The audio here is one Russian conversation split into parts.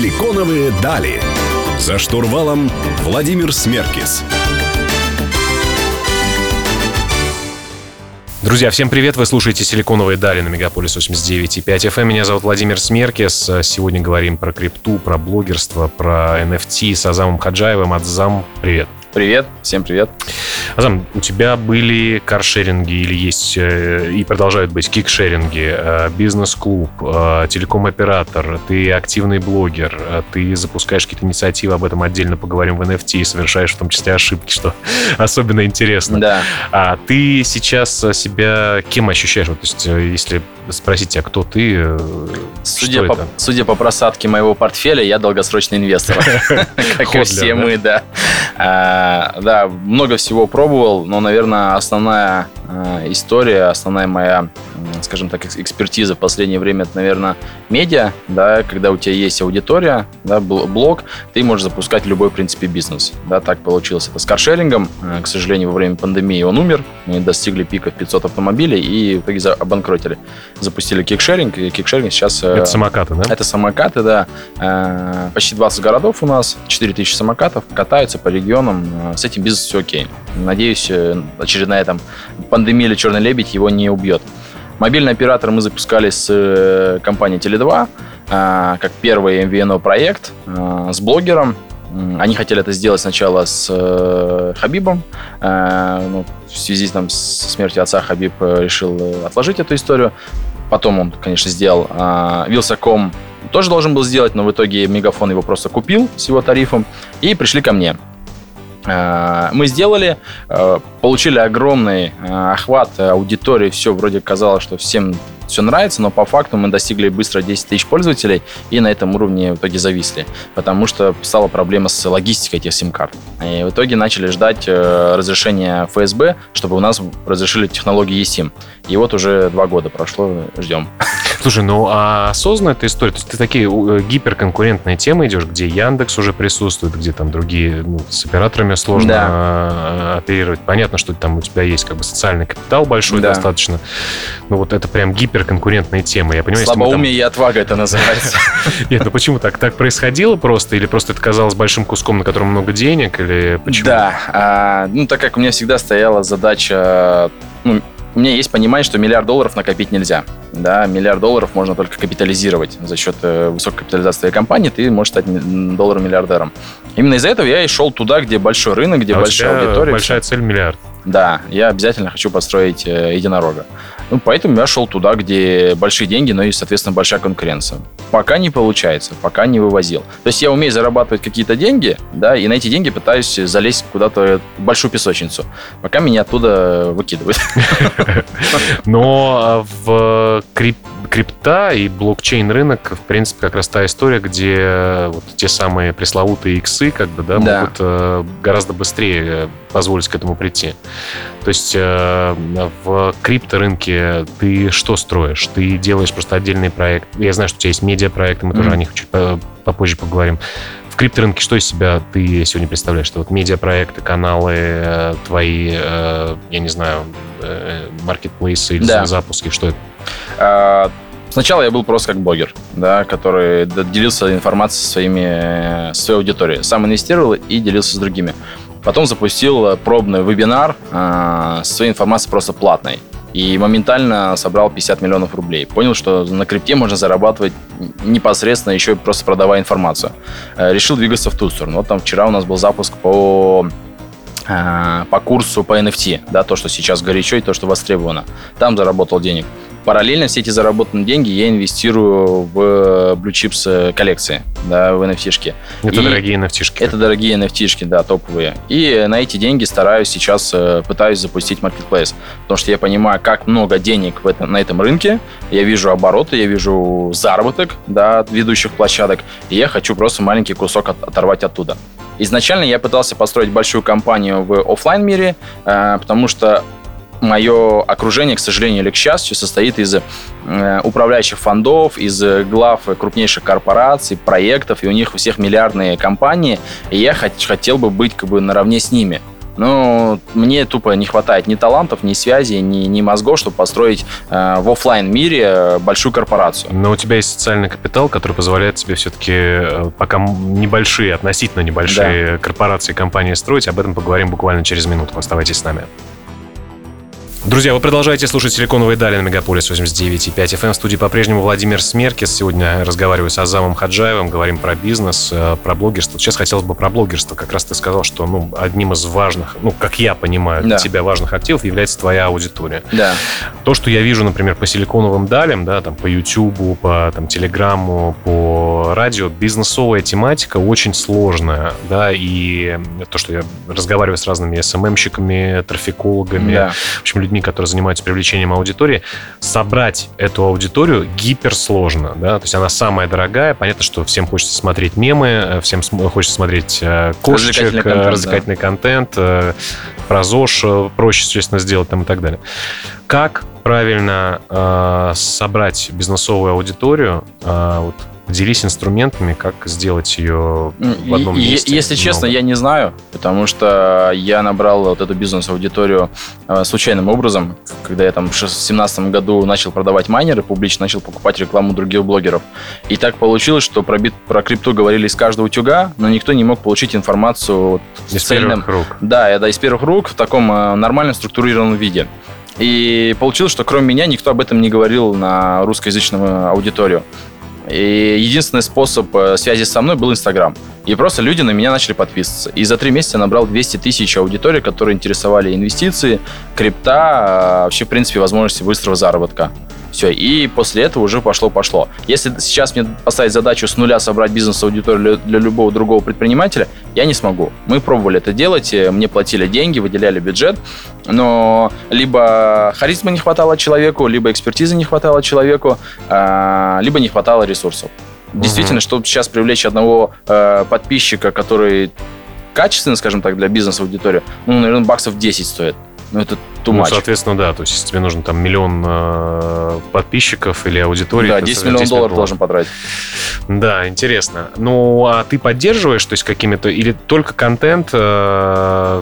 «Силиконовые дали». За штурвалом Владимир Смеркис. Друзья, всем привет! Вы слушаете «Силиконовые дали» на Мегаполис 89.5 FM. Меня зовут Владимир Смеркис. Сегодня говорим про крипту, про блогерство, про NFT с Азамом Хаджаевым. Азам, привет! Привет, всем привет. Азам, у тебя были каршеринги или есть и продолжают быть кикшеринги, бизнес-клуб, телеком-оператор, ты активный блогер, ты запускаешь какие-то инициативы, об этом отдельно поговорим в NFT, и совершаешь в том числе ошибки, что особенно интересно. Да. А ты сейчас себя кем ощущаешь? Вот, то есть, если спросить тебя, кто ты, Судя по просадке моего портфеля, я долгосрочный инвестор, как и все мы, да. Да, много всего пробовал, но, наверное, основная история, основная моя, скажем так, экспертиза в последнее время, это, наверное, медиа, да, когда у тебя есть аудитория, да, блог, ты можешь запускать любой, в принципе, бизнес, да, так получилось. Это с каршерингом, к сожалению, во время пандемии он умер, мы достигли пика в 500 автомобилей и в итоге обанкротили. Запустили кикшеринг, и кикшеринг сейчас... Это самокаты, да? Это самокаты, да. Почти 20 городов у нас, 4000 самокатов, катаются по регионам, с этим бизнес все окей. Надеюсь, очередная там пандемия или черный лебедь его не убьет. Мобильный оператор мы запускали с компанией Теле2, как первый MVNO проект с блогером. Они хотели это сделать сначала с Хабибом. В связи там, со смертью отца Хабиб решил отложить эту историю. Потом он, конечно, сделал. Вилсаком тоже должен был сделать, но в итоге Мегафон его просто купил с его тарифом. И пришли ко мне. Мы сделали, получили огромный охват аудитории, все вроде казалось, что всем все нравится, но по факту мы достигли быстро 10 тысяч пользователей и на этом уровне в итоге зависли, потому что стала проблема с логистикой этих сим-карт. И в итоге начали ждать разрешения ФСБ, чтобы у нас разрешили технологию eSIM. И вот уже 2 года прошло, ждем. Слушай, ну а осознанно эта история, то есть ты такие гиперконкурентные темы идешь, где Яндекс уже присутствует, где там другие, с операторами сложно оперировать. Понятно, что там у тебя есть как бы социальный капитал большой достаточно, но вот это прям гиперконкурентные темы. Я понимаю, слабоумие и отвага это называется. Нет, ну почему так происходило просто? Или просто это казалось большим куском, на котором много денег? Или почему? Да, так как у меня всегда стояла задача... У меня есть понимание, что $1 миллиард накопить нельзя. Да, $1 миллиард можно только капитализировать. За счет высокой капитализации твоей компании ты можешь стать миллиардером. Именно из-за этого я и шел туда, где большой рынок, где большая аудитория. Большая цель — миллиард. Да, я обязательно хочу построить единорога. Поэтому я шел туда, где большие деньги, но и, соответственно, большая конкуренция. Пока не получается, пока не вывозил. То есть я умею зарабатывать какие-то деньги, да, и на эти деньги пытаюсь залезть куда-то в большую песочницу, пока меня оттуда выкидывают. Но в крипта и блокчейн-рынок, в принципе, как раз та история, где вот те самые пресловутые иксы могут гораздо быстрее позволить к этому прийти. То есть в крипторынке ты что строишь? Ты делаешь просто отдельный проект. Я знаю, что у тебя есть медиапроекты, мы тоже о них чуть попозже поговорим. В крипторынке что из себя ты сегодня представляешь? Что вот медиапроекты, каналы твои, я не знаю, маркетплейсы или запуски, что это? Сначала я был просто как блогер, да, который делился информацией со своей аудиторией. Сам инвестировал и делился с другими. Потом запустил пробный вебинар со своей информацией просто платной. И моментально собрал 50 миллионов рублей. Понял, что на крипте можно зарабатывать непосредственно, еще и просто продавая информацию. Решил двигаться в ту сторону. Вот там вчера у нас был запуск по курсу по NFT, да, то, что сейчас горячо и то, что востребовано. Там заработал денег. Параллельно все эти заработанные деньги я инвестирую в Blue Chips коллекции, да, в NFT-шки. Это дорогие NFT-шки. Это дорогие NFT-шки, да, топовые. И на эти деньги пытаюсь запустить маркетплейс. Потому что я понимаю, как много денег на этом рынке. Я вижу обороты, я вижу заработок, да, ведущих площадок. И я хочу просто маленький кусок оторвать оттуда. Изначально я пытался построить большую компанию в офлайн мире, потому что мое окружение, к сожалению или к счастью, состоит из управляющих фондов, из глав крупнейших корпораций, проектов, и у них у всех миллиардные компании, и я хотел бы быть наравне с ними. Но мне тупо не хватает ни талантов, ни связей, ни мозгов, чтобы построить в офлайн мире большую корпорацию. Но у тебя есть социальный капитал, который позволяет тебе все-таки пока относительно небольшие корпорации, компании строить. Об этом поговорим буквально через минуту. Оставайтесь с нами. Друзья, вы продолжаете слушать «Силиконовые дали» на Мегаполис 89,5 FM. В студии по-прежнему Владимир Смеркис. Сегодня разговариваю с Азамом Хаджаевым, говорим про бизнес, про блогерство. Сейчас хотелось бы про блогерство. Как раз ты сказал, что одним из важных, как я понимаю, для тебя важных активов является твоя аудитория. Да. То, что я вижу, например, по «Силиконовым далям», да, там, по Ютубу, по Телеграмму, по радио, бизнесовая тематика очень сложная. Да, и то, что я разговариваю с разными СММщиками, трафикологами, в общем, людьми, которые занимаются привлечением аудитории, собрать эту аудиторию гиперсложно, да, то есть она самая дорогая, понятно, что всем хочется смотреть мемы, всем хочется смотреть кошечек, развлекательный контент, про ЗОЖ проще, естественно, сделать там и так далее. Как правильно собрать бизнесовую аудиторию, Делись инструментами, как сделать ее в одном месте. Если честно, я не знаю, потому что я набрал вот эту бизнес-аудиторию случайным образом. Когда я там в 2017 году начал продавать майнеры, публично начал покупать рекламу других блогеров. И так получилось, что про крипту говорили из каждого утюга, но никто не мог получить информацию из первых рук. Да, из первых рук в таком нормальном структурированном виде. И получилось, что кроме меня никто об этом не говорил на русскоязычную аудиторию. И единственный способ связи со мной был Инстаграм. И просто люди на меня начали подписываться. И за 3 месяца я набрал 200 тысяч аудиторий, которые интересовали инвестиции, крипта, вообще, в принципе, возможности быстрого заработка. Все, и после этого уже пошло. Если сейчас мне поставить задачу с нуля собрать бизнес-аудиторию для любого другого предпринимателя, я не смогу. Мы пробовали это делать, мне платили деньги, выделяли бюджет, но либо харизмы не хватало человеку, либо экспертизы не хватало человеку, либо не хватало ресурсов. Действительно, чтобы сейчас привлечь одного подписчика, который качественный, скажем так, для бизнес-аудитории, наверное, баксов 10 стоит. Это too much. Соответственно, да. То есть, если тебе нужно там 1 миллион подписчиков или аудитории... Да, 10 миллионов долларов должен потратить. Да, интересно. А ты поддерживаешь, то есть, какими-то... Или только контент голова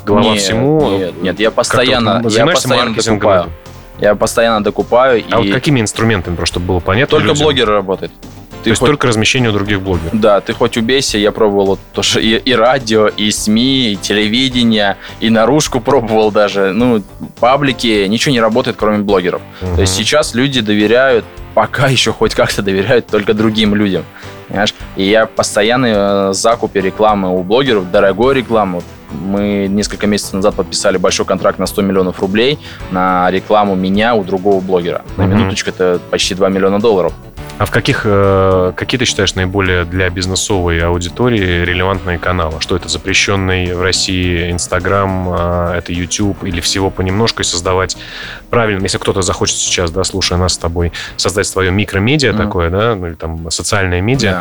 всему? Нет, я постоянно докупаю. Я постоянно докупаю. А вот какими инструментами, просто чтобы было понятно? Только блогеры работают. То есть только размещение у других блогеров? Да, ты хоть убейся, я пробовал и радио, и СМИ, и телевидение, и наружку пробовал даже. Паблики, ничего не работает, кроме блогеров. То есть сейчас люди доверяют, пока еще хоть как-то доверяют только другим людям. Понимаешь? И я постоянно в закупе рекламы у блогеров, дорогой рекламы. Мы несколько месяцев назад подписали большой контракт на 100 миллионов рублей на рекламу меня у другого блогера. На минуточку, это почти 2 миллиона долларов. А какие ты считаешь наиболее для бизнесовой аудитории релевантные каналы? Что это, запрещенный в России Инстаграм, это YouTube, или всего понемножку и создавать правильно, если кто-то захочет сейчас, да, слушая нас с тобой, создать свое микромедиа такое, да, или там социальное медиа,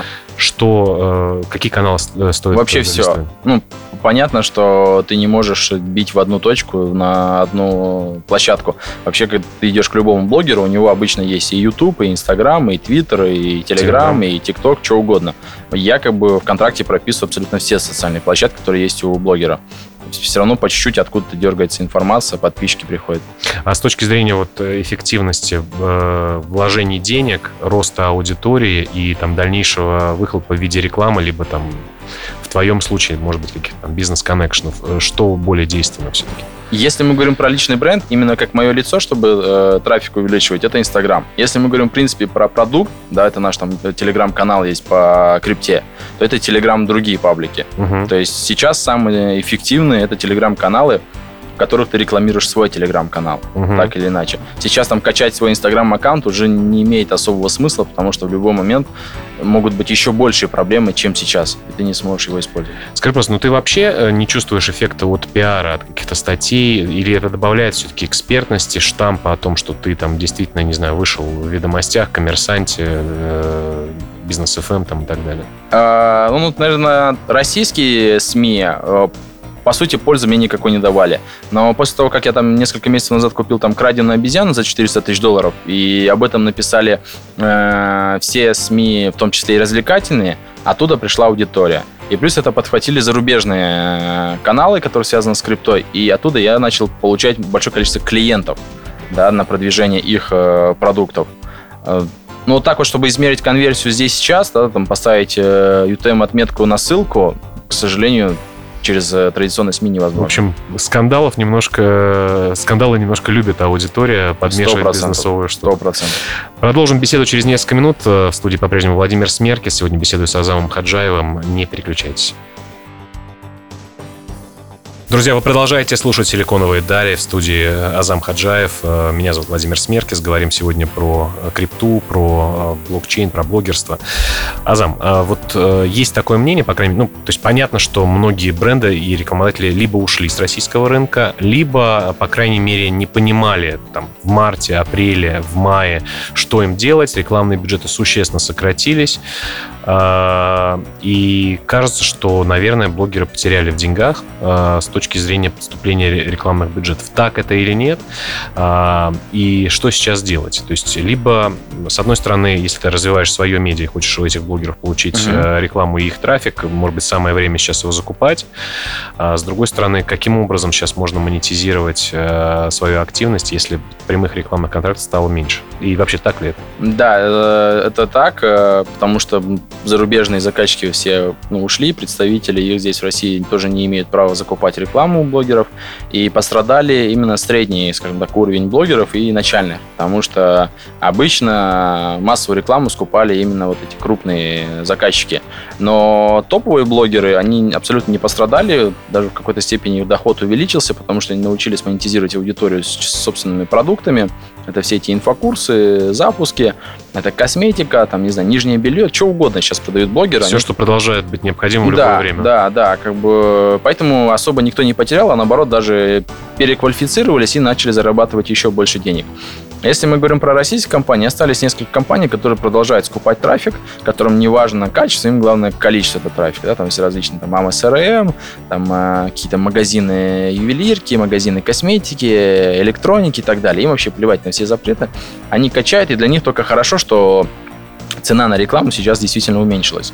какие каналы стоит? Вообще все. Понятно, что ты не можешь бить в одну точку, на одну площадку. Вообще, когда ты идешь к любому блогеру, у него обычно есть и YouTube, и Instagram, и Twitter, и Telegram, и TikTok, что угодно. Я в контракте прописываю абсолютно все социальные площадки, которые есть у блогера. Все равно по чуть-чуть откуда-то дергается информация, подписчики приходят. А с точки зрения эффективности вложений денег, роста аудитории и там дальнейшего выхлопа в виде рекламы, либо там в твоем случае, может быть, каких-то там бизнес-коннекшенов, что более действенно все-таки? Если мы говорим про личный бренд, именно как мое лицо, чтобы трафик увеличивать, это Инстаграм. Если мы говорим, в принципе, про продукт, да, это наш там Телеграм-канал есть по крипте, то это Телеграм другие паблики. То есть сейчас самые эффективные это Телеграм-каналы, в которых ты рекламируешь свой Телеграм-канал, так или иначе. Сейчас там качать свой Инстаграм-аккаунт уже не имеет особого смысла, потому что в любой момент могут быть еще большие проблемы, чем сейчас, и ты не сможешь его использовать. Скажи просто, ты вообще не чувствуешь эффекта от пиара, от каких-то статей, или это добавляет все-таки экспертности, штампа о том, что ты там действительно, не знаю, вышел в «Ведомостях», «Коммерсанте», «Бизнес ФМ» там и так далее? Наверное, российские СМИ по сути, пользы мне никакой не давали. Но после того, как я там несколько месяцев назад купил там краденую обезьяну за 400 тысяч долларов, и об этом написали все СМИ, в том числе и развлекательные, оттуда пришла аудитория. И плюс это подхватили зарубежные каналы, которые связаны с криптой. И оттуда я начал получать большое количество клиентов, да, на продвижение их продуктов. Ну, вот так вот, чтобы измерить конверсию здесь сейчас, да, там, поставить UTM-отметку на ссылку, к сожалению, через традиционные СМИ невозможно. В общем, скандалы немножко любит аудитория, подмешивать бизнесовую штуку. 100%. Продолжим беседу через несколько минут. В студии по-прежнему Владимир Смеркис. Сегодня беседую с Азамом Хаджаевым. Не переключайтесь. Друзья, вы продолжаете слушать «Силиконовые дали», в студии Азам Хаджаев. Меня зовут Владимир Смеркис. Говорим сегодня про крипту, про блокчейн, про блогерство. Азам, вот есть такое мнение, по крайней мере, то есть понятно, что многие бренды и рекламодатели либо ушли с российского рынка, либо, по крайней мере, не понимали там, в марте, апреле, в мае, что им делать. Рекламные бюджеты существенно сократились. И кажется, что, наверное, блогеры потеряли в деньгах с точки зрения поступления рекламных бюджетов. Так это или нет? И что сейчас делать? То есть, либо, с одной стороны, если ты развиваешь свое медиа и хочешь у этих блогеров получить рекламу и их трафик, может быть, самое время сейчас его закупать. С другой стороны, каким образом сейчас можно монетизировать свою активность, если прямых рекламных контрактов стало меньше? И вообще, так ли это? Да, это так, потому что зарубежные заказчики все ушли, представители их здесь в России тоже не имеют права закупать рекламу у блогеров, и пострадали именно средний, скажем так, уровень блогеров и начальных, потому что обычно массовую рекламу скупали именно вот эти крупные заказчики, но топовые блогеры, они абсолютно не пострадали, даже в какой-то степени их доход увеличился, потому что они научились монетизировать аудиторию с собственными продуктами. Это все эти инфокурсы, запуски, это косметика, там, не знаю, нижнее белье, что угодно сейчас продают блогеры. Все, что продолжает быть необходимым в любое время. Да, как бы, поэтому особо никто не потерял, а наоборот даже переквалифицировались и начали зарабатывать еще больше денег. Если мы говорим про российские компании, остались несколько компаний, которые продолжают скупать трафик, которым не важно качество, им главное количество этого трафика. Да? Там все различные там АМСРМ, там какие-то магазины ювелирки, магазины косметики, электроники и так далее. Им вообще плевать на все запреты. Они качают, и для них только хорошо, что цена на рекламу сейчас действительно уменьшилась.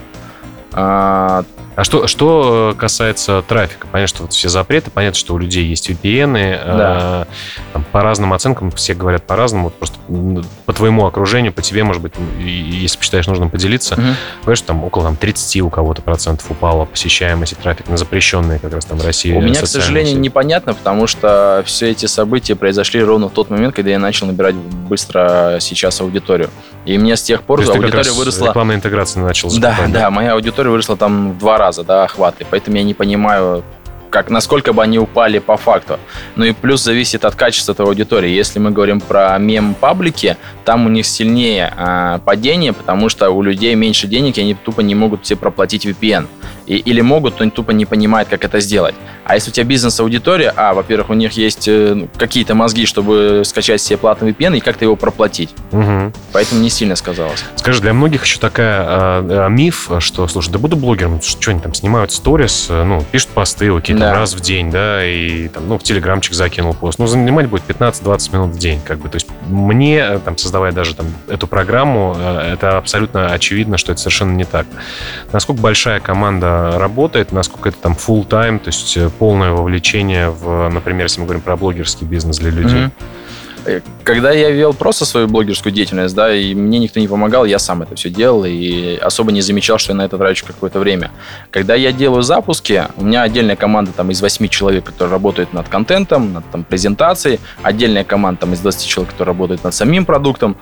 А что касается трафика? Понятно, что вот все запреты, понятно, что у людей есть VPN-ы. Да. По разным оценкам, все говорят по-разному. Вот просто по твоему окружению, по тебе, может быть, если посчитаешь нужным поделиться, говоришь, там около 30 у кого-то процентов упала посещаемость и трафик на запрещенные как раз там в России. У меня, к сожалению, непонятно, потому что все эти события произошли ровно в тот момент, когда я начал набирать быстро сейчас аудиторию. И мне с тех пор аудитория выросла... Рекламная интеграция начала закупать. Да, моя аудитория выросла там в 2 раза, да, охваты. Поэтому я не понимаю, насколько бы они упали по факту. Ну и плюс зависит от качества этой аудитории. Если мы говорим про мем-паблики, там у них сильнее падение, потому что у людей меньше денег, и они тупо не могут себе проплатить VPN. Или могут, но они тупо не понимают, как это сделать. А если у тебя бизнес-аудитория, во-первых, у них есть какие-то мозги, чтобы скачать себе платный VPN и как-то его проплатить. Поэтому не сильно сказалось. Скажи, для многих еще такая миф, что, слушай, да буду блогером, что они там снимают сторис, пишут посты, окей, там раз в день, да, и там, в телеграмчик закинул пост. Занимать будет 15-20 минут в день, как бы. То есть мне, там, создавая даже там эту программу, это абсолютно очевидно, что это совершенно не так. Насколько большая команда работает, насколько это там full-time, то есть полное вовлечение в, например, если мы говорим про блогерский бизнес для людей. Когда я вел просто свою блогерскую деятельность, да, и мне никто не помогал, я сам это все делал и особо не замечал, что я на это трачу какое-то время. Когда я делаю запуски, у меня отдельная команда там из 8 человек, которые работают над контентом, над там, презентацией, отдельная команда там из 20 человек, которые работают над самим продуктом.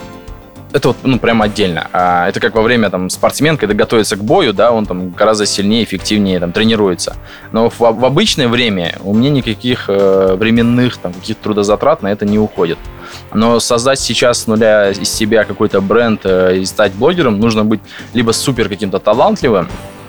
Это вот, прям отдельно. Это как во время там спортсмен, когда готовится к бою, да, он там гораздо сильнее, эффективнее там тренируется. Но в обычное время у меня никаких временных там каких-то трудозатрат на это не уходит. Но создать сейчас с нуля из себя какой-то бренд и стать блогером нужно быть либо супер каким-то талантливым,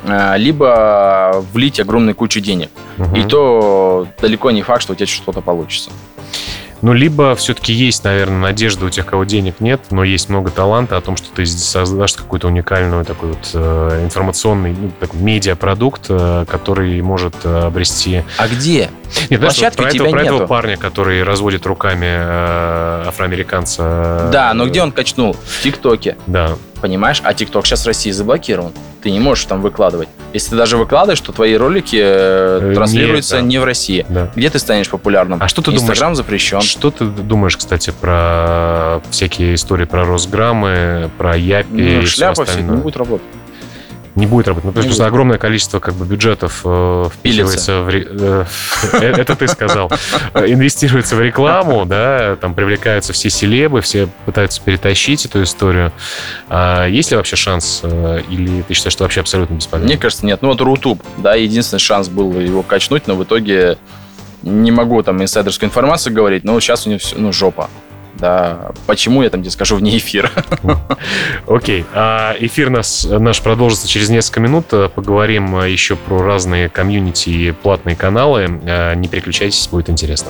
либо влить огромную кучу денег. И то далеко не факт, что у тебя что-то получится. Либо все-таки есть, наверное, надежда у тех, кого денег нет, но есть много таланта о том, что ты создашь какой-то уникальный такой вот информационный такой медиапродукт, который может обрести... А где? Нет, площадки у тебя нету. Про этого парня, который разводит руками афроамериканца... Да, но где он качнул? В ТикТоке. Да. Понимаешь? А ТикТок сейчас в России заблокирован. ты не можешь там выкладывать. Если ты даже выкладываешь, то твои ролики транслируются не в России. Да. Где ты станешь популярным? А что ты Инстаграм запрещен. Что ты думаешь, кстати, про всякие истории про Росграммы, про Япи и все остальное? Шляпа, не будет работать. Не будет работать. Ну, потому что огромное количество как бы бюджетов впиливается в... Это ты сказал. Инвестируется в рекламу, да, там привлекаются все селебы, все пытаются перетащить эту историю. Есть ли вообще шанс, или ты считаешь, что вообще абсолютно бесполезно? Мне кажется, нет. Ну, вот Рутуб, да, единственный шанс был его качнуть, но в итоге не могу там инсайдерскую информацию говорить, но сейчас у него все, жопа. Да, почему я там тебе скажу вне эфира. Окей. Эфир наш продолжится через несколько минут. Поговорим еще про разные комьюнити и платные каналы. Не переключайтесь, будет интересно.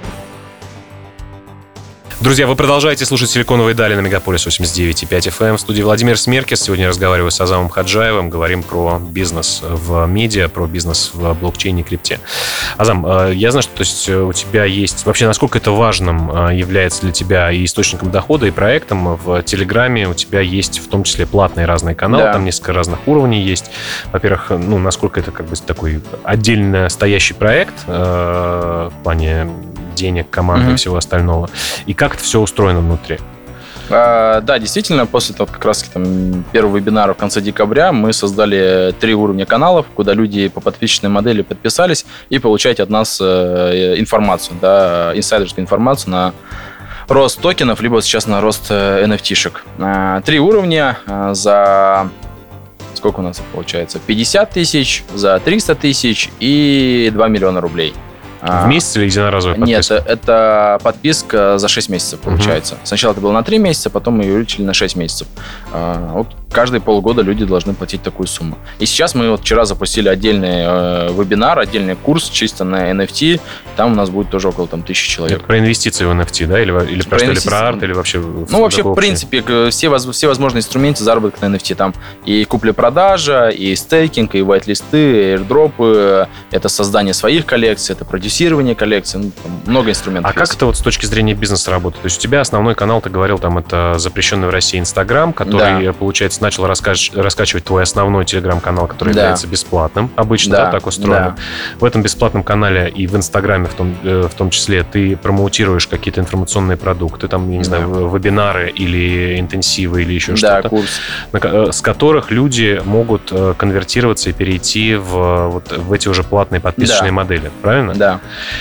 Друзья, вы продолжаете слушать «Силиконовые дали» на Мегаполис 89,5 FM. В студии Владимир Смеркис. Сегодня я разговариваю с Азамом Хаджаевым. Говорим про бизнес в медиа, про бизнес в блокчейне и крипте. Азам, я знаю, что то есть, у тебя есть... Вообще, насколько это важным является для тебя и источником дохода, и проектом. В Телеграме у тебя есть в том числе платные разные каналы. Да. Там несколько разных уровней есть. Во-первых, насколько это как бы такой отдельно стоящий проект в плане денег, команды и всего остального. И как это все устроено внутри? Да, действительно, после того, как раз первого вебинара в конце декабря мы создали 3 уровня каналов, куда люди по подписочной модели подписались и получают от нас информацию, да, инсайдерскую информацию на рост токенов, либо сейчас на рост NFT-шек. 3 уровня за... Сколько у нас получается? 50 тысяч, за 300 тысяч и 2 миллиона рублей. В месяц или единоразовая подписка? Нет, это подписка за 6 месяцев, получается. Сначала это было на 3 месяца, потом мы ее увеличили на 6 месяцев. Вот каждые полгода люди должны платить такую сумму. И сейчас мы вчера запустили отдельный вебинар, отдельный курс чисто на NFT. Там у нас будет тоже около 1000 человек. Это про инвестиции в NFT, да? Или про арт, или вообще... вообще, в принципе, все возможные инструменты заработка на NFT. Там и купля-продажа, и стейкинг, и white-листы, airdropы. Это создание своих коллекций, это продюсирование коллекций. Много инструментов. А как это вот с точки зрения бизнеса работает? То есть у тебя основной канал, ты говорил, там это запрещенный в России Инстаграм, который, получается, начал раскачивать твой основной телеграм-канал, который является бесплатным. Обычно так устроено. В этом бесплатном канале и в Инстаграме в том числе ты промоутируешь какие-то информационные продукты, там, я не знаю, вебинары или интенсивы или еще что-то. Курс. С которых люди могут конвертироваться и перейти в эти уже платные подписочные модели. Правильно? Да.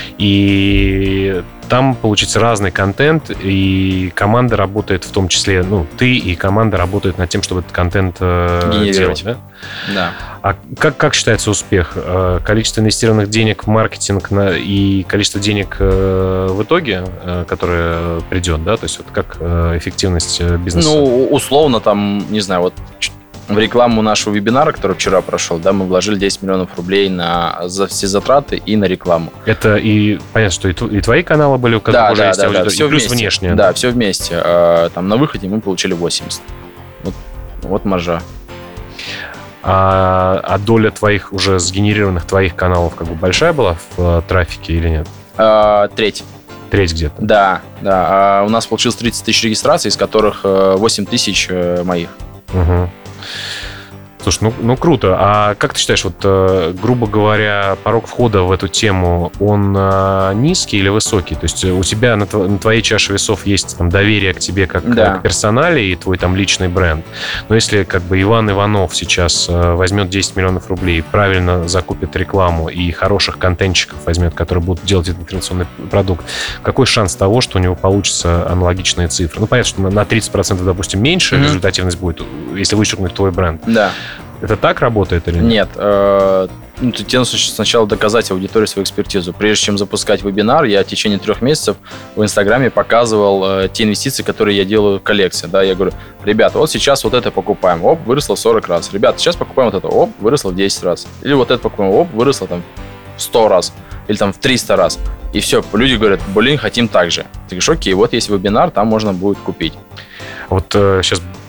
И там, получится, разный контент, и команда работает в том числе, ты и команда работают над тем, чтобы этот контент делать, да? Да. А как считается успех? Количество инвестированных денег в маркетинг и количество денег в итоге, которое придет, да? То есть вот как эффективность бизнеса? Условно, там, не знаю, вот в рекламу нашего вебинара, который вчера прошел, да, мы вложили 10 миллионов рублей за все затраты и на рекламу. Это и понятно, что и твои каналы были, у которых уже есть аудитория, все и плюс вместе. Внешняя. Да, все вместе. Там на выходе мы получили 80. Вот маржа. А доля твоих уже сгенерированных твоих каналов как бы большая была в трафике или нет? Треть. Треть где-то? Да. У нас получилось 30 тысяч регистраций, из которых 8 тысяч моих. Угу. Слушай, круто. А как ты считаешь, грубо говоря, порог входа в эту тему, он низкий или высокий? То есть у тебя на твоей чаше весов есть там доверие к тебе как к персонале и твой там личный бренд. Но если как бы Иван Иванов сейчас возьмет 10 миллионов рублей, правильно закупит рекламу и хороших контентчиков возьмет, которые будут делать этот информационный продукт, какой шанс того, что у него получатся аналогичные цифры? Понятно, что на 30%, допустим, меньше результативность будет, если вычеркнуть твой бренд. Да. Это так работает или нет? Нет. Тебе нужно сначала доказать аудитории свою экспертизу. Прежде чем запускать вебинар, я в течение 3 месяцев в Инстаграме показывал те инвестиции, которые я делаю в коллекции. Да, я говорю, ребята, вот сейчас вот это покупаем, оп, выросло в 40 раз. Ребята, сейчас покупаем вот это, оп, выросло в 10 раз. Или вот это покупаем, оп, выросло там в 100 раз. Или там в 300 раз. И все, люди говорят, хотим так же. Ты говоришь, окей, вот есть вебинар, там можно будет купить. Вот сейчас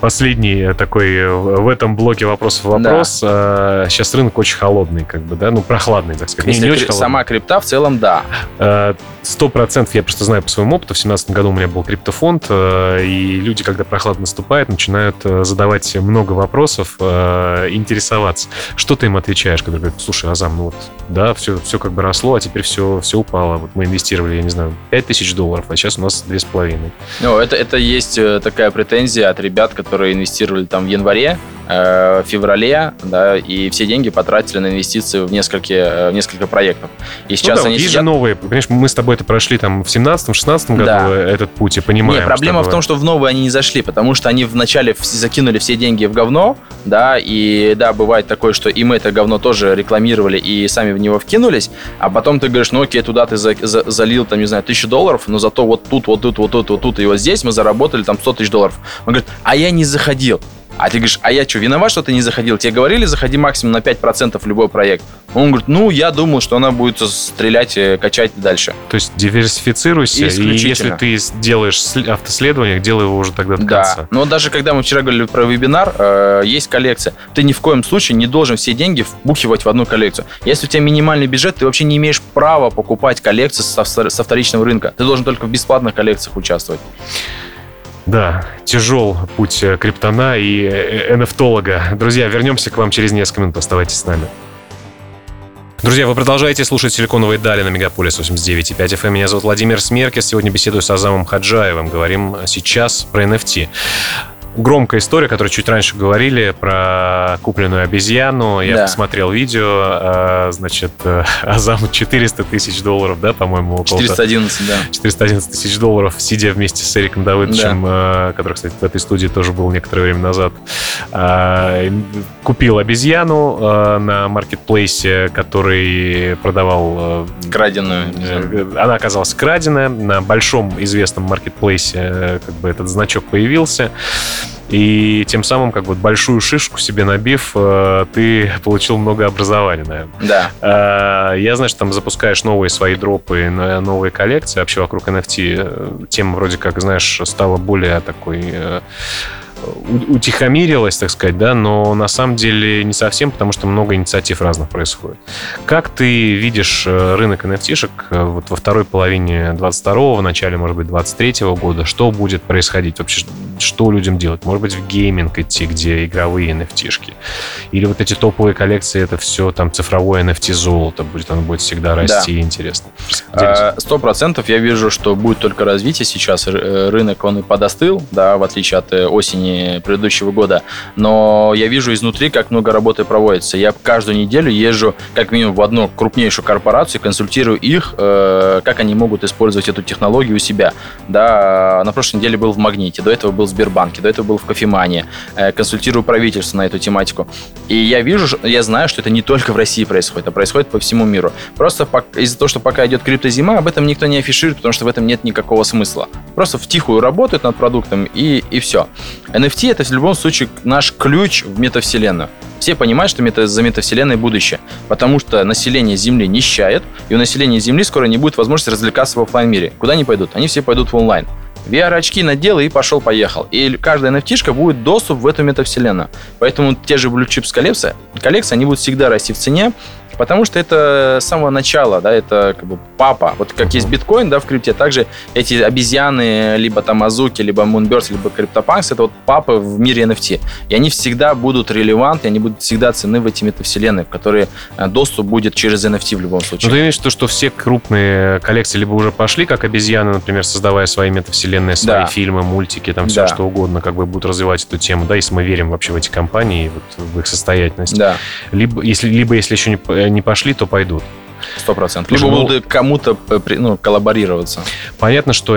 последний такой в этом блоке вопрос. Сейчас рынок очень холодный, как бы, да, ну, прохладный, так сказать. Не очень сама крипта в целом, да. 100% я просто знаю по своему опыту. В 2017 году у меня был криптофонд, и люди, когда прохлада наступает, начинают задавать много вопросов, интересоваться. Что ты им отвечаешь, когда говорят: слушай, Азам, ну вот, да, все как бы росло, а теперь все упало. Вот мы инвестировали, я не знаю, $5000, а сейчас у нас 2,5. Ну, это есть такая претензия от ребят, которые инвестировали там в январе, в феврале, да, и все деньги потратили на инвестиции в несколько проектов. И сейчас они сидят... новые. Понимаешь, мы с тобой это прошли там в 17-16 году, этот путь, и понимаем. Не, проблема в том, что в новые они не зашли, потому что они вначале закинули все деньги в говно, да, и да, бывает такое, что и мы это говно тоже рекламировали и сами в него вкинулись, а потом ты говоришь: ну окей, туда ты залил там, не знаю, $1000, но зато вот тут, и вот здесь мы заработали там $100 000. Он говорит: а я не заходил. А ты говоришь: а я что, виноват, что ты не заходил? Тебе говорили, заходи максимум на 5% в любой проект. Он говорит: ну, я думал, что она будет стрелять, качать дальше. То есть диверсифицируйся, и если ты делаешь автоследование, делай его уже тогда до конца. Да, но даже когда мы вчера говорили про вебинар, есть коллекция. Ты ни в коем случае не должен все деньги вбухивать в одну коллекцию. Если у тебя минимальный бюджет, ты вообще не имеешь права покупать коллекции со вторичного рынка. Ты должен только в бесплатных коллекциях участвовать. Да, тяжел путь криптона и NFT-лога. Друзья, вернемся к вам через несколько минут. Оставайтесь с нами. Друзья, вы продолжаете слушать «Силиконовые дали» на Мегаполис 89.5 FM. Меня зовут Владимир Смеркис. Сегодня беседую с Азамом Хаджаевым. Говорим сейчас про NFT. Громкая история, которую чуть раньше говорили, про купленную обезьяну. Я посмотрел видео, значит, Азаму $400 000, да, по-моему, около 411, да. $411 000, сидя вместе с Эриком Давыдовичем, который, кстати, в этой студии тоже был некоторое время назад. Купил обезьяну на маркетплейсе, который продавал... Краденую. Она оказалась краденая. На большом известном маркетплейсе как бы этот значок появился. И тем самым, как бы, большую шишку себе набив, ты получил много образования, наверное. Да. Я знаю, что там запускаешь новые свои дропы, новые коллекции. Вообще вокруг NFT тема вроде как, знаешь, стала более такой... утихомирилась, так сказать, да, но на самом деле не совсем, потому что много инициатив разных происходит. Как ты видишь рынок NFT-шек вот во второй половине 22-го, в начале, может быть, 23-го года? Что будет происходить? Вообще, что людям делать? Может быть, в гейминг идти, где игровые NFT-шки? Или вот эти топовые коллекции, это все там цифровое NFT-золото будет, оно будет всегда расти, интересно? 100% я вижу, что будет только развитие сейчас. Рынок, он и подостыл, да, в отличие от осени предыдущего года, но я вижу изнутри, как много работы проводится. Я каждую неделю езжу как минимум в одну крупнейшую корпорацию, консультирую их, как они могут использовать эту технологию у себя. Да, на прошлой неделе был в Магните, до этого был в Сбербанке, до этого был в Кофемании, консультирую правительство на эту тематику. И я вижу, я знаю, что это не только в России происходит, а происходит по всему миру. Просто из-за того, что пока идет криптозима, об этом никто не афиширует, потому что в этом нет никакого смысла. Просто втихую работают над продуктом, и все. NFT — это в любом случае наш ключ в метавселенную. Все понимают, что за метавселенной будущее, потому что население Земли нищает, и у населения Земли скоро не будет возможности развлекаться в офлайн-мире. Куда они пойдут? Они все пойдут в онлайн. VR-очки надел и пошел-поехал. И каждая NFT-шка будет доступ в эту метавселенную. Поэтому те же Blue Chips коллекции, они будут всегда расти в цене, потому что это с самого начала, да, это как бы папа. Вот как есть биткоин, да, в крипте, также эти обезьяны, либо там Азуки, либо Moonbirds, либо CryptoPunks, это вот папы в мире NFT. И они всегда будут релевантны, они будут всегда ценны в эти метавселенные, в которые доступ будет через NFT в любом случае. Ну, ты имеешь в виду, что все крупные коллекции либо уже пошли, как обезьяны, например, создавая свои метавселенные, свои фильмы, мультики, там все что угодно, как бы будут развивать эту тему, да, если мы верим вообще в эти компании, вот, в их состоятельность. Да. Либо если еще не пошли, то пойдут. 100%. Либо будут кому-то коллаборироваться. Понятно, что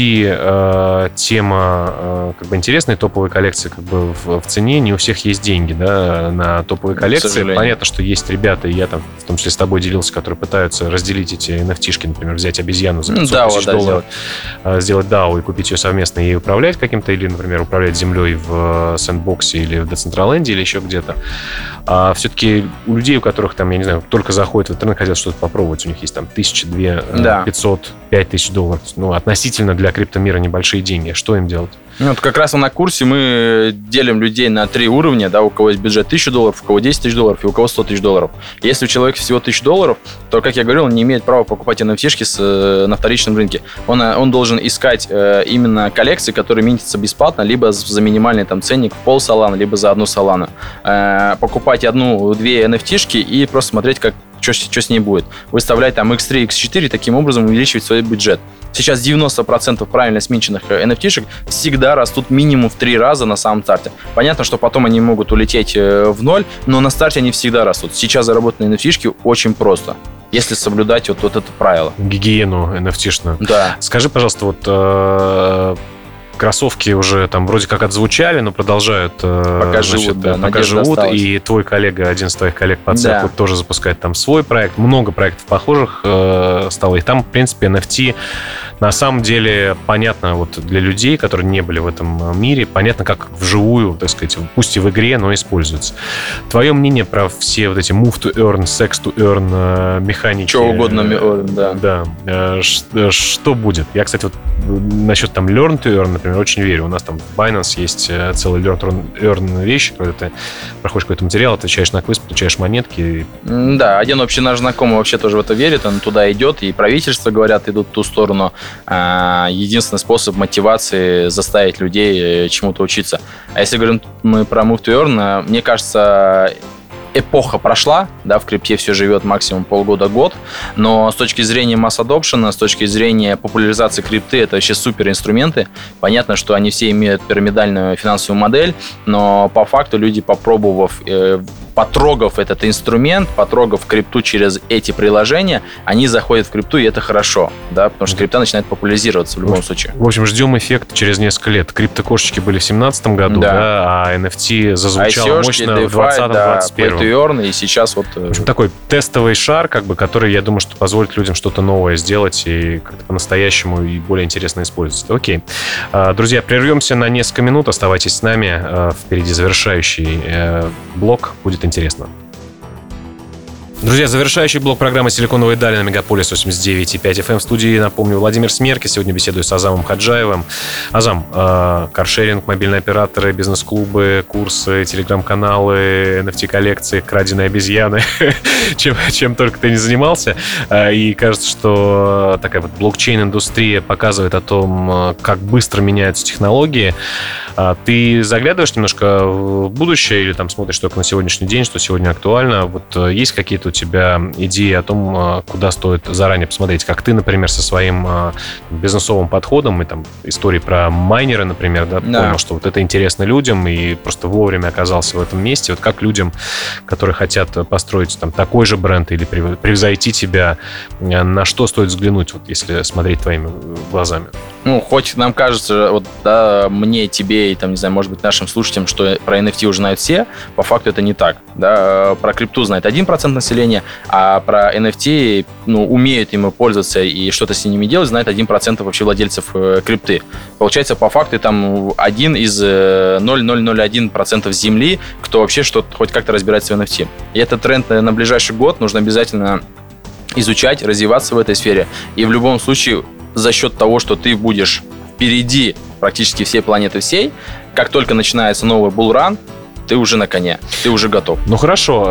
NFT тема как бы интересная, топовые коллекции как бы в цене, не у всех есть деньги, да, на топовые коллекции. Понятно, что есть ребята, и я там в том числе с тобой делился, которые пытаются разделить эти NFT-шки, например, взять обезьяну за $500 000, сделать DAO и купить ее совместно и управлять каким-то, или, например, управлять землей в сэндбоксе или в Decentraland или еще где-то. А все-таки у людей, у которых там, я не знаю, только заходят в интернет, хотят что-то могут попробовать. У них есть там 1000, 2, 500, 5000 долларов. Ну, относительно для криптомира небольшие деньги. Что им делать? Ну, вот как раз на курсе мы делим людей на 3 уровня, да, у кого есть бюджет $1000, у кого 10 000 долларов и у кого $100 000. Если у человека всего $1000, то, как я говорил, он не имеет права покупать NFT-шки на вторичном рынке. Он должен искать именно коллекции, которые минтятся бесплатно, либо за минимальный там ценник в пол Solana, либо за 1 Solana. Покупать 1-2 NFT-шки и просто смотреть, что с ней будет. Выставлять там X3, X4, таким образом увеличивать свой бюджет. Сейчас 90% правильно сминченных NFT-шек всегда растут минимум в 3 раза на самом старте. Понятно, что потом они могут улететь в ноль, но на старте они всегда растут. Сейчас заработанные NFT-шки очень просто, если соблюдать вот это правило. Гигиену NFT-шную. Да. Скажи, пожалуйста, вот кроссовки уже там вроде как отзвучали, но продолжают пока живут, и твой коллега, один из твоих коллег по цеху, тоже запускает там свой проект. Много проектов похожих стало. И там, в принципе, NFT на самом деле понятно вот для людей, которые не были в этом мире, понятно, как вживую, так сказать, пусть и в игре, но используется. Твое мнение про все вот эти move to earn, sex to earn механики? Что угодно earn, да. Да. Что будет? Я, кстати, вот насчет там learn to earn, например, очень верю. У нас там в Binance есть целый learn to earn вещи, когда ты проходишь какой-то материал, отвечаешь на квиз, получаешь монетки. Да, один общий наш знакомый вообще тоже в это верит, он туда идет, и правительство, говорят, идут в ту сторону. Единственный способ мотивации заставить людей чему-то учиться. А если говорим мы про move to earn, мне кажется, эпоха прошла, да, в крипте все живет максимум полгода-год, но с точки зрения масс адопшена, с точки зрения популяризации крипты, это вообще супер инструменты. Понятно, что они все имеют пирамидальную финансовую модель, но по факту люди, попробовав, потрогав этот инструмент, потрогав крипту через эти приложения, они заходят в крипту, и это хорошо, да, потому что крипта начинает популяризироваться в любом случае. В общем, ждем эффект через несколько лет. Криптокошечки были в 2017 году, да, а NFT зазвучало мощно в 2020-2021. И сейчас вот... В общем, такой тестовый шар, как бы, который, я думаю, что позволит людям что-то новое сделать и как-то по-настоящему и более интересно использовать. Окей. Друзья, прервемся на несколько минут. Оставайтесь с нами. Впереди завершающий блок. Будет интересно. Друзья, завершающий блок программы «Силиконовые дали» на Мегаполис 89.5 FM. В студии, напомню, Владимир Смеркис. Сегодня беседую с Азамом Хаджаевым. Азам, каршеринг, мобильные операторы, бизнес-клубы, курсы, телеграм-каналы, NFT-коллекции, краденые обезьяны. чем только ты не занимался. И кажется, что такая вот блокчейн-индустрия показывает о том, как быстро меняются технологии. Ты заглядываешь немножко в будущее или там смотришь только на сегодняшний день, что сегодня актуально? Вот есть какие-то у тебя идеи о том, куда стоит заранее посмотреть? Как ты, например, со своим бизнесовым подходом и там истории про майнеры, например, да, понял, что вот это интересно людям и просто вовремя оказался в этом месте. Вот как людям, которые хотят построить там такой же бренд или превзойти тебя, на что стоит взглянуть, вот если смотреть твоими глазами? Ну, хоть нам кажется, вот, да, мне, тебе и, там, не знаю, может быть, нашим слушателям, что про NFT уже знают все, по факту это не так. Да? Про крипту знает 1% населения, а про NFT, ну, умеют ими пользоваться и что-то с ними делать, знает 1% вообще владельцев крипты. Получается, по факту, там один из 0,001% земли, кто вообще что-то хоть как-то разбирается в NFT. И этот тренд на ближайший год нужно обязательно изучать, развиваться в этой сфере. И в любом случае, за счет того, что ты будешь впереди практически всей планеты всей, как только начинается новый булран, ты уже на коне, ты уже готов. Ну хорошо,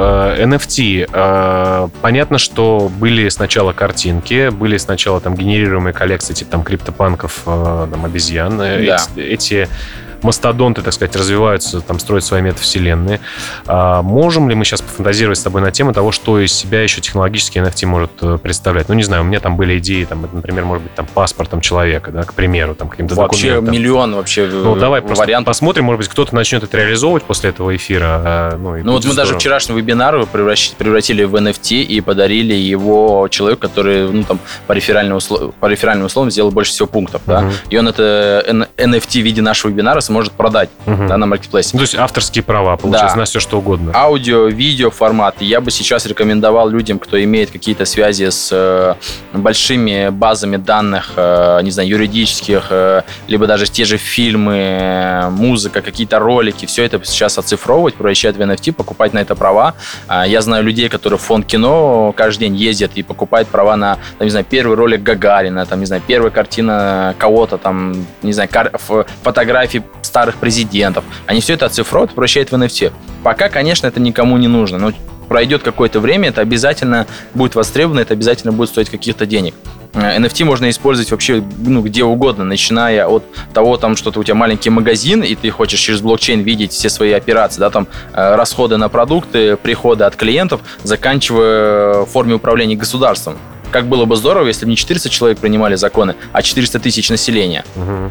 NFT. Понятно, что были сначала картинки, были сначала там генерируемые коллекции, типа там криптопанков, там обезьян. Да. Эти мастодонты, так сказать, развиваются, там строят свои метавселенные. Можем ли мы сейчас пофантазировать с тобой на тему того, что из себя еще технологически NFT может представлять? Ну, не знаю, у меня там были идеи, там, например, может быть, там паспортом человека, да, к примеру, там каким-то документом. Вообще миллион вообще ну, давай вариантов. Посмотрим, может быть, кто-то начнет это реализовывать после этого эфира. Ну вот мы даже вчерашний вебинар превратили в NFT и подарили его человеку, который, ну, там, по реферальным условиям сделал больше всего пунктов, да, и он это NFT в виде нашего вебинара сможет продать на маркетплейсе. То есть авторские права, получается, на все что угодно. Аудио, видео формат. Я бы сейчас рекомендовал людям, кто имеет какие-то связи с большими базами данных, не знаю, юридических, либо даже те же фильмы, музыка, какие-то ролики, все это сейчас оцифровывать, превращать в NFT, покупать на это права. Я знаю людей, которые в фонд кино каждый день ездят и покупают права на, там, не знаю, первый ролик Гагарина, там, не знаю, первая картина кого-то, там, не знаю, фотографии старых президентов. Они все это оцифровывают, превращают в NFT. Пока, конечно, это никому не нужно, но пройдет какое-то время, это обязательно будет востребовано, это обязательно будет стоить каких-то денег. NFT можно использовать вообще где угодно, начиная от того, там, что у тебя маленький магазин, и ты хочешь через блокчейн видеть все свои операции, да, там, расходы на продукты, приходы от клиентов, заканчивая в форме управления государством. Как было бы здорово, если бы не 400 человек принимали законы, а 400 тысяч населения.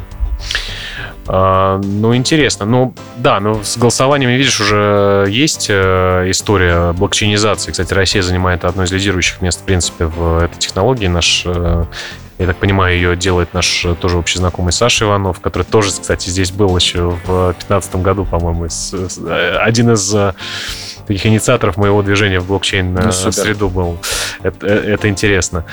Интересно. С голосованиями, видишь, уже есть история блокчейнизации. Кстати, Россия занимает одно из лидирующих мест, в принципе, в этой технологии. Я так понимаю, ее делает наш тоже общий знакомый Саша Иванов, который тоже, кстати, здесь был еще в 2015 году, по-моему, один из таких инициаторов моего движения в блокчейн-среду был. Это интересно.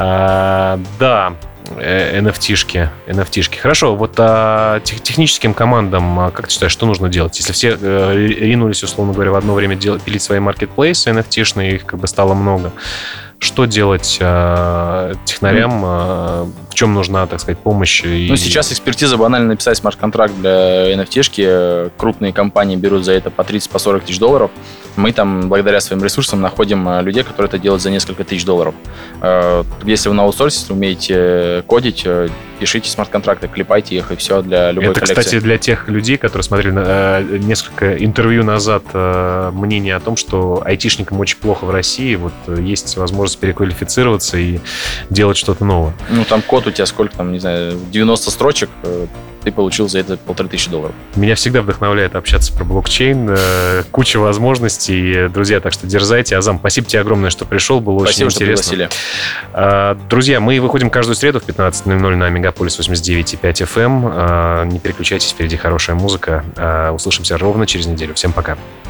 NFT-шки. Хорошо, вот техническим командам, как ты считаешь, что нужно делать? Если все ринулись, условно говоря, в одно время пилить свои маркетплейсы NFT-шные, их как бы стало много, что делать технарям? В чем нужна, так сказать, помощь? Сейчас экспертиза банально написать смарт-контракт для NFT-шки. Крупные компании берут за это по 30-40 тысяч долларов. Мы там, благодаря своим ресурсам, находим людей, которые это делают за несколько тысяч долларов. Если вы на аутсорсе умеете кодить, пишите смарт-контракты, клепайте их, и все для любой коллекции. Это, кстати, для тех людей, которые смотрели несколько интервью назад мнение о том, что айтишникам очень плохо в России, вот есть возможность переквалифицироваться и делать что-то новое. Там код у тебя сколько, там, не знаю, 90 строчек, ты получил за это $1500. Меня всегда вдохновляет общаться про блокчейн. Куча возможностей. Друзья, так что дерзайте. Азам, спасибо тебе огромное, что пришел. Было спасибо, очень интересно. Друзья, мы выходим каждую среду в 15:00 на Мегаполис 89.5 FM. Не переключайтесь, впереди хорошая музыка. Услышимся ровно через неделю. Всем пока.